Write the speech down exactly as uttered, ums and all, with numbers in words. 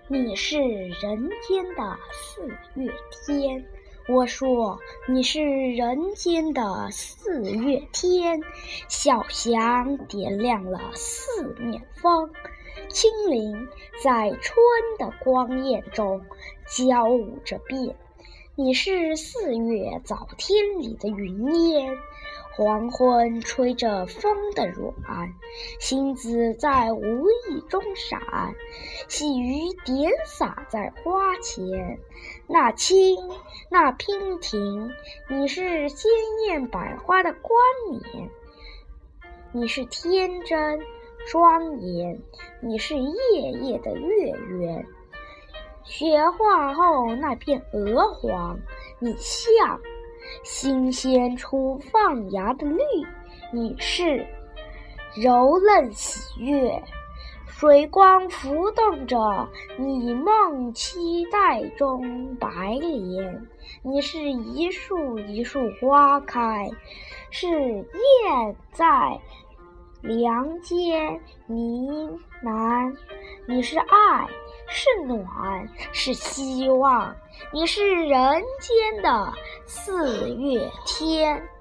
你是人间的四月天。我说你是人间的四月天。小翔点亮了四面风，轻灵在春的光焰中交舞着变。你是四月早天里的云烟，黄昏吹着风的软，星子在无意中闪，细雨点洒在花前。那青，那娉婷，你是鲜艳百花的冠冕，你是天真庄严，你是夜夜的月圆。雪化后那片鹅黄，你像新鲜出放芽的绿，你是柔嫩喜悦，水光浮动着你梦期待中白莲。你是一树一树花开，是燕在梁间呢喃。你是爱，是暖，是希望，你是人间的四月天。